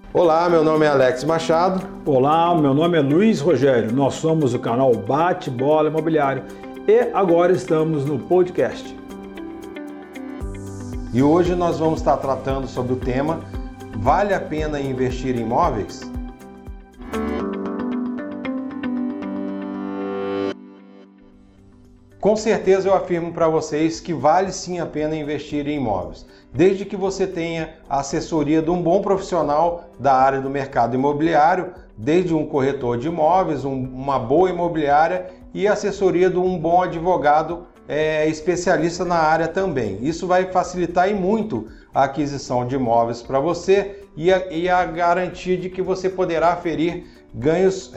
Olá, meu nome é Alex Machado. Olá, meu nome é Luiz Rogério. Nós somos o canal Bate Bola Imobiliário e agora estamos no podcast. E hoje nós vamos estar tratando sobre o tema: vale a pena investir em imóveis? Com certeza eu afirmo para vocês que vale sim a pena investir em imóveis, desde que você tenha a assessoria de um bom profissional da área do mercado imobiliário, desde um corretor de imóveis, uma boa imobiliária e a assessoria de um bom advogado especialista na área também. Isso vai facilitar e muito a aquisição de imóveis para você e a garantia de que você poderá aferir ganhos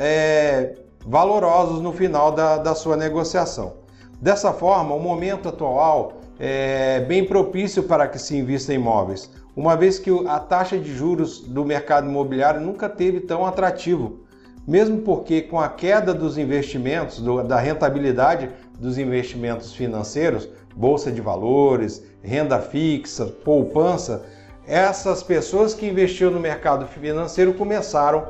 valorosos no final da sua negociação. Dessa forma, o momento atual é bem propício para que se invista em imóveis, uma vez que a taxa de juros do mercado imobiliário nunca teve tão atrativo, mesmo porque com a queda dos investimentos, da rentabilidade dos investimentos financeiros, bolsa de valores, renda fixa, poupança, essas pessoas que investiam no mercado financeiro começaram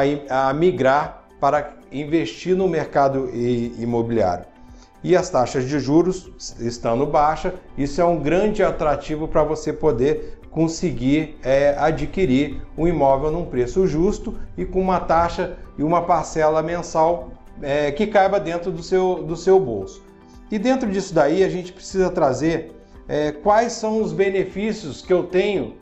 a migrar para investir no mercado imobiliário. E as taxas de juros estando baixa, isso é um grande atrativo para você poder conseguir adquirir um imóvel num preço justo e com uma taxa e uma parcela mensal que caiba dentro do seu bolso. E dentro disso daí a gente precisa trazer quais são os benefícios que eu tenho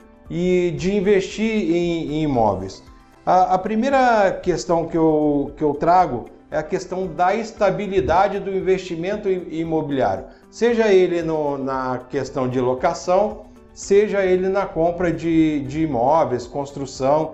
de investir em imóveis. A primeira questão que eu trago é a questão da estabilidade do investimento imobiliário, seja ele na questão de locação, seja ele na compra de imóveis, construção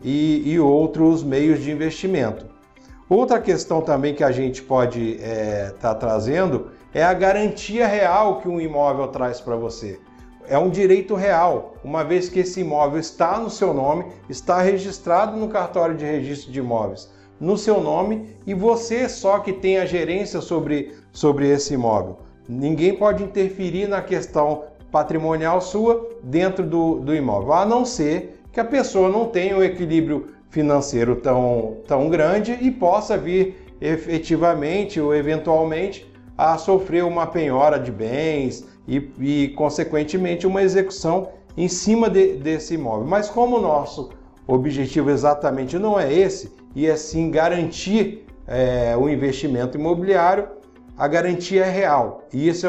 e outros meios de investimento. Outra questão também que a gente pode estar trazendo é a garantia real que um imóvel traz para você. É um direito real, uma vez que esse imóvel está no seu nome, está registrado no cartório de registro de imóveis, no seu nome, e você só que tem a gerência sobre esse imóvel. Ninguém pode interferir na questão patrimonial sua dentro do imóvel, a não ser que a pessoa não tenha um equilíbrio financeiro tão grande e possa vir efetivamente ou eventualmente a sofrer uma penhora de bens e consequentemente, uma execução em cima desse imóvel. Mas como o nosso objetivo exatamente não é esse, e é sim garantir o investimento imobiliário, a garantia é real. E isso é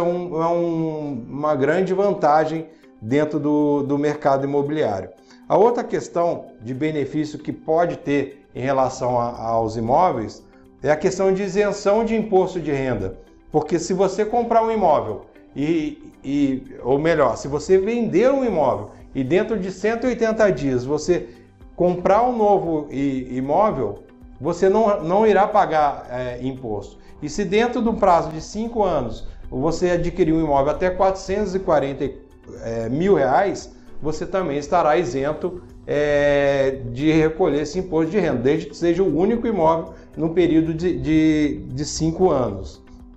uma grande vantagem dentro do mercado imobiliário. A outra questão de benefício que pode ter em relação aos imóveis é a questão de isenção de imposto de renda. Porque se você comprar um imóvel, ou melhor, se você vender um imóvel e dentro de 180 dias você comprar um novo imóvel, você não irá pagar imposto. E se dentro do prazo de 5 anos você adquirir um imóvel até R$440 mil, você também estará isento de recolher esse imposto de renda, desde que seja o único imóvel no período de 5 anos.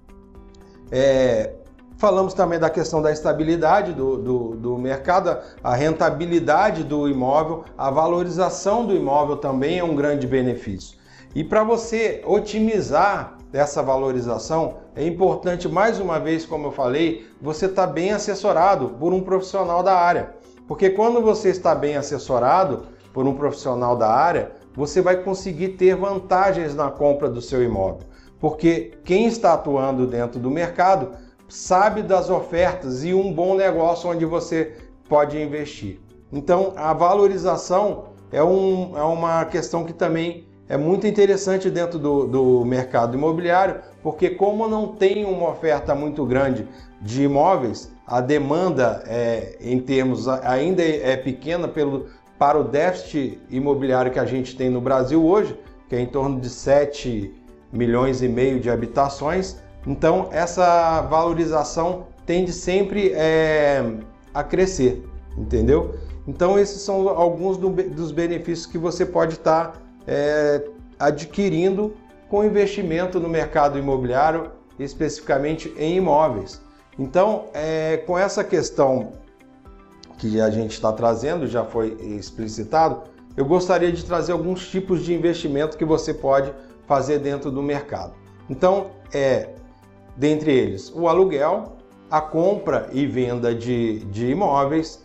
Falamos também da questão da estabilidade do mercado, a rentabilidade do imóvel, a valorização do imóvel também é um grande benefício. E para você otimizar essa valorização, é importante, mais uma vez, como eu falei, você estar bem assessorado por um profissional da área. Porque quando você está bem assessorado por um profissional da área, você vai conseguir ter vantagens na compra do seu imóvel. Porque quem está atuando dentro do mercado sabe das ofertas e um bom negócio onde você pode investir. Então, a valorização é uma questão que também é muito interessante dentro do mercado imobiliário, porque como não tem uma oferta muito grande de imóveis, a demanda em termos ainda é pequena para o déficit imobiliário que a gente tem no Brasil hoje, que é em torno de 7,5 milhões de habitações. Então, essa valorização tende sempre a crescer, entendeu? Então, esses são alguns dos benefícios que você pode estar adquirindo com investimento no mercado imobiliário, especificamente em imóveis. Então, com essa questão que a gente está trazendo, já foi explicitado, eu gostaria de trazer alguns tipos de investimento que você pode fazer dentro do mercado. Então, dentre eles, o aluguel, a compra e venda de imóveis,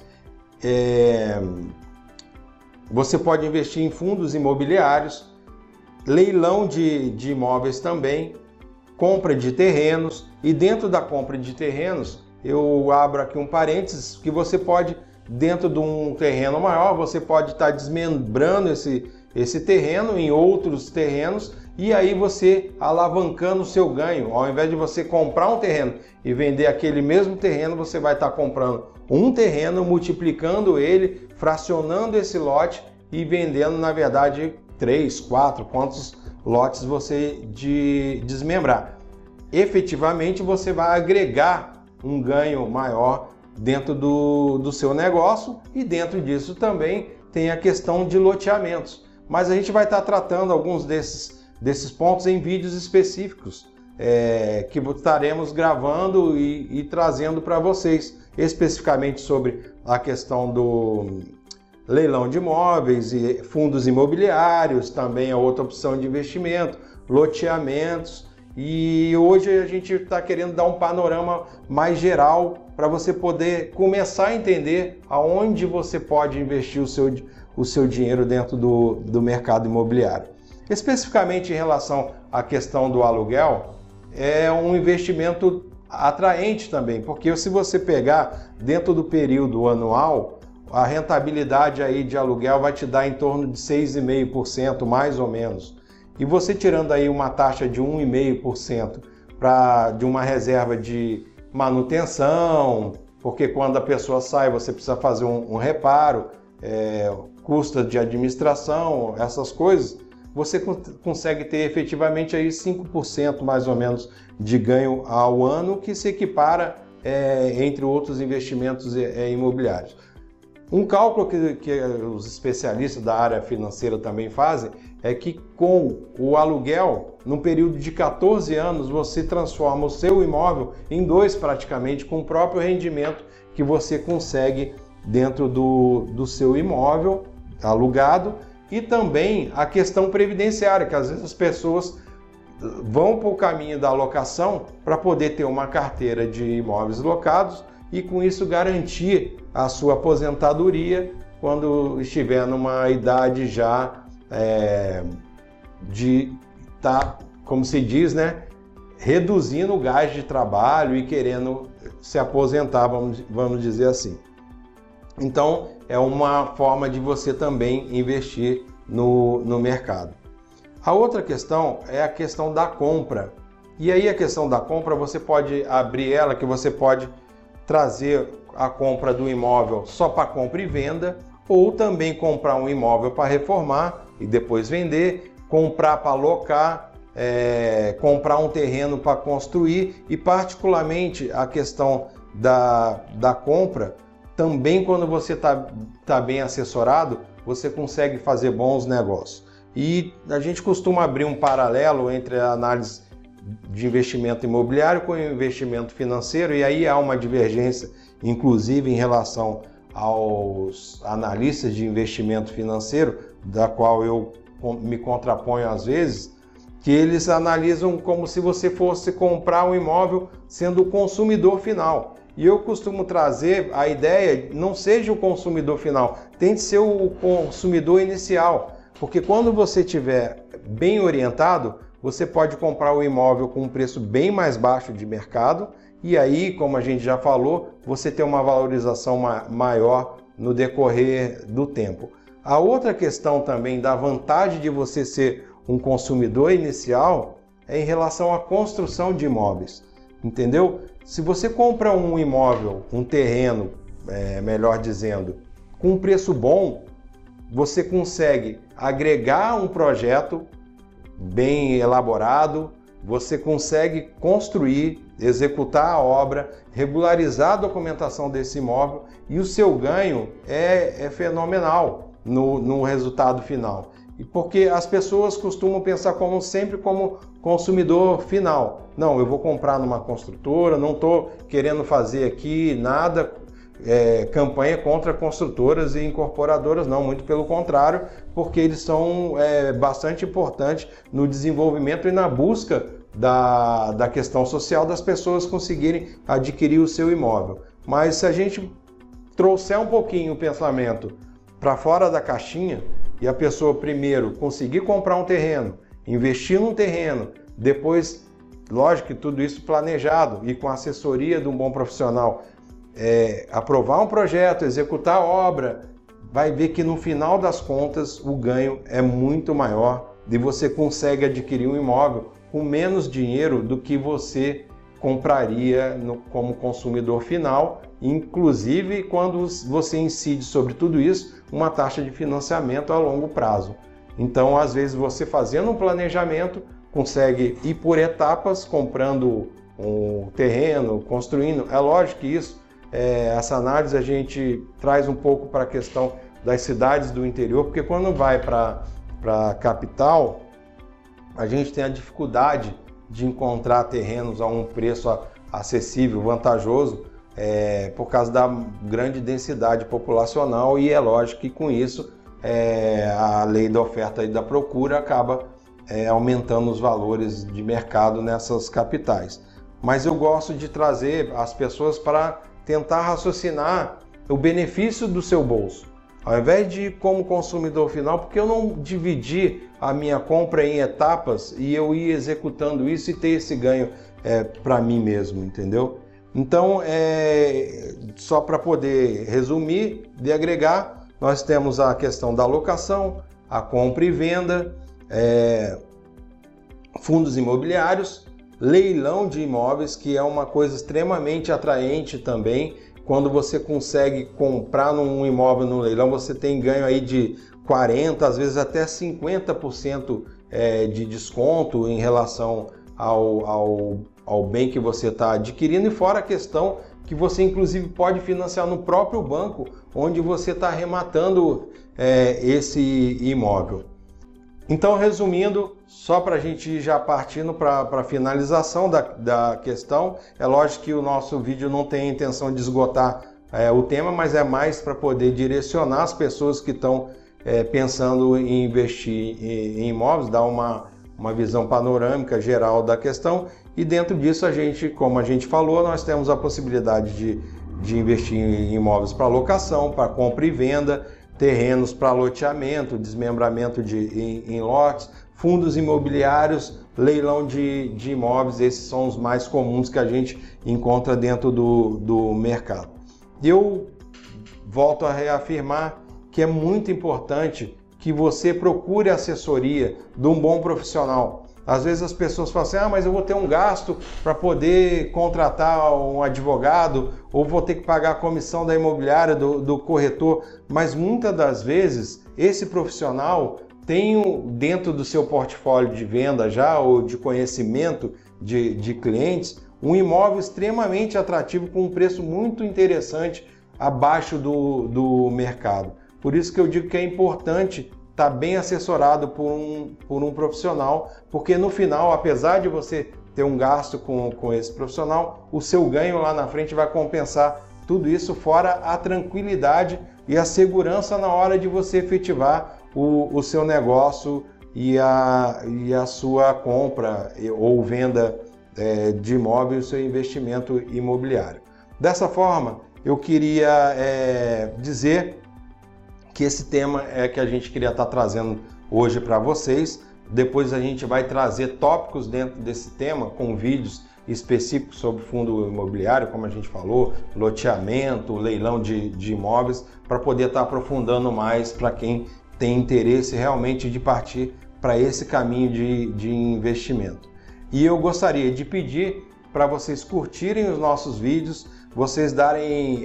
você pode investir em fundos imobiliários, leilão de imóveis também, compra de terrenos, e dentro da compra de terrenos, eu abro aqui um parênteses, que você pode, dentro de um terreno maior, você pode estar desmembrando esse terreno em outros terrenos, e aí você alavancando o seu ganho. Ao invés de você comprar um terreno e vender aquele mesmo terreno, você vai estar comprando um terreno, multiplicando ele, fracionando esse lote e vendendo, na verdade, 3, 4, quantos lotes você desmembrar. Efetivamente, você vai agregar um ganho maior dentro do seu negócio, e dentro disso também tem a questão de loteamentos. Mas a gente vai estar tratando alguns desses pontos em vídeos específicos que estaremos gravando e trazendo para vocês, especificamente sobre a questão do leilão de imóveis e fundos imobiliários, também é outra opção de investimento, loteamentos. E hoje a gente está querendo dar um panorama mais geral para você poder começar a entender aonde você pode investir o seu dinheiro dentro do mercado imobiliário. Especificamente em relação à questão do aluguel, é um investimento atraente também, porque se você pegar dentro do período anual, a rentabilidade aí de aluguel vai te dar em torno de 6,5%, mais ou menos. E você tirando aí uma taxa de 1,5% de uma reserva de manutenção, porque quando a pessoa sai você precisa fazer um reparo, custo de administração, essas coisas, você consegue ter efetivamente aí 5% mais ou menos de ganho ao ano, que se equipara entre outros investimentos imobiliários. Um cálculo que os especialistas da área financeira também fazem é que com o aluguel, no período de 14 anos, você transforma o seu imóvel em 2 praticamente, com o próprio rendimento que você consegue dentro do seu imóvel alugado, e também a questão previdenciária, que às vezes as pessoas vão para o caminho da locação para poder ter uma carteira de imóveis locados e com isso garantir a sua aposentadoria quando estiver numa idade já de estar, como se diz, né, reduzindo o gás de trabalho e querendo se aposentar, vamos dizer assim. Então, é uma forma de você também investir no mercado. A outra questão é a questão da compra. E aí a questão da compra, você pode abrir ela, que você pode trazer a compra do imóvel só para compra e venda, ou também comprar um imóvel para reformar e depois vender, comprar para alocar, comprar um terreno para construir, e particularmente a questão da compra, também quando você tá bem assessorado, você consegue fazer bons negócios. E a gente costuma abrir um paralelo entre a análise de investimento imobiliário com o investimento financeiro, e aí há uma divergência, inclusive em relação aos analistas de investimento financeiro, da qual eu me contraponho às vezes, que eles analisam como se você fosse comprar um imóvel sendo o consumidor final. E eu costumo trazer a ideia, não seja o consumidor final, tente ser o consumidor inicial, porque quando você estiver bem orientado, você pode comprar o imóvel com um preço bem mais baixo de mercado, e aí, como a gente já falou, você tem uma valorização maior no decorrer do tempo. A outra questão também da vantagem de você ser um consumidor inicial é em relação à construção de imóveis, entendeu? Se você compra um imóvel, um terreno, melhor dizendo, com um preço bom, você consegue agregar um projeto bem elaborado, você consegue construir, executar a obra, regularizar a documentação desse imóvel, e o seu ganho é fenomenal no resultado final. E porque as pessoas costumam pensar sempre como consumidor final. Não, eu vou comprar numa construtora, não estou querendo fazer aqui nada campanha contra construtoras e incorporadoras, não, muito pelo contrário, porque eles são bastante importantes no desenvolvimento e na busca da questão social das pessoas conseguirem adquirir o seu imóvel. Mas se a gente trouxer um pouquinho o pensamento para fora da caixinha e a pessoa primeiro conseguir comprar um terreno, investir num terreno, depois, lógico que tudo isso planejado e com a assessoria de um bom profissional, aprovar um projeto, executar a obra, vai ver que no final das contas o ganho é muito maior e você consegue adquirir um imóvel com menos dinheiro do que você compraria como consumidor final, inclusive quando você incide sobre tudo isso uma taxa de financiamento a longo prazo. Então, às vezes, você fazendo um planejamento, consegue ir por etapas, comprando um terreno, construindo. É lógico que isso, essa análise a gente traz um pouco para a questão das cidades do interior, porque quando vai para a capital, a gente tem a dificuldade de encontrar terrenos a um preço acessível, vantajoso, por causa da grande densidade populacional, e é lógico que com isso a lei da oferta e da procura acaba aumentando os valores de mercado nessas capitais. Mas eu gosto de trazer as pessoas para tentar raciocinar o benefício do seu bolso. Ao invés de como consumidor final, porque eu não dividi a minha compra em etapas e eu ir executando isso e ter esse ganho para mim mesmo, entendeu? Então, só para poder resumir, de agregar, nós temos a questão da locação, a compra e venda, fundos imobiliários, leilão de imóveis, que é uma coisa extremamente atraente também. Quando você consegue comprar um imóvel no leilão, você tem ganho aí de 40%, às vezes até 50% de desconto em relação ao bem que você está adquirindo, e fora a questão que você inclusive pode financiar no próprio banco onde você está arrematando esse imóvel. Então, resumindo, só para a gente ir já partindo para a finalização da questão, é lógico que o nosso vídeo não tem a intenção de esgotar o tema, mas é mais para poder direcionar as pessoas que estão pensando em investir em imóveis, dar uma visão panorâmica geral da questão, e dentro disso a gente, como a gente falou, nós temos a possibilidade de investir em imóveis para locação, para compra e venda, terrenos para loteamento, desmembramento em lotes, fundos imobiliários, leilão de imóveis. Esses são os mais comuns que a gente encontra dentro do mercado. E eu volto a reafirmar que é muito importante que você procure a assessoria de um bom profissional. Às vezes as pessoas falam assim, mas eu vou ter um gasto para poder contratar um advogado, ou vou ter que pagar a comissão da imobiliária, do corretor, mas muitas das vezes esse profissional tem dentro do seu portfólio de venda já, ou de conhecimento de clientes, um imóvel extremamente atrativo com um preço muito interessante abaixo do mercado. Por isso que eu digo que é importante estar bem assessorado por um profissional, porque no final, apesar de você ter um gasto com esse profissional, o seu ganho lá na frente vai compensar tudo isso, fora a tranquilidade e a segurança na hora de você efetivar o seu negócio e a sua compra ou venda de imóvel e o seu investimento imobiliário. Dessa forma, eu queria dizer que esse tema que a gente queria estar trazendo hoje para vocês. Depois a gente vai trazer tópicos dentro desse tema com vídeos específicos sobre fundo imobiliário, como a gente falou, loteamento, leilão de imóveis, para poder estar aprofundando mais para quem tem interesse realmente de partir para esse caminho de investimento. E eu gostaria de pedir para vocês curtirem os nossos vídeos, vocês darem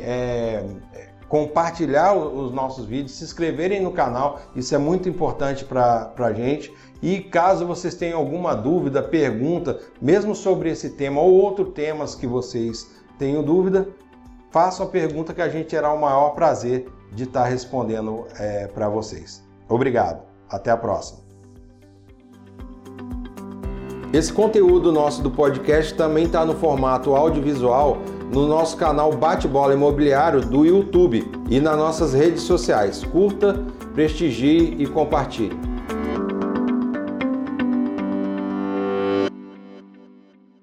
compartilhar os nossos vídeos, se inscreverem no canal, isso é muito importante para a gente. E caso vocês tenham alguma dúvida, pergunta, mesmo sobre esse tema ou outros temas que vocês tenham dúvida, façam a pergunta que a gente terá o maior prazer de estar respondendo para vocês. Obrigado, até a próxima. Esse conteúdo nosso do podcast também está no formato audiovisual no nosso canal Bate-Bola Imobiliário do YouTube e nas nossas redes sociais. Curta, prestigie e compartilhe.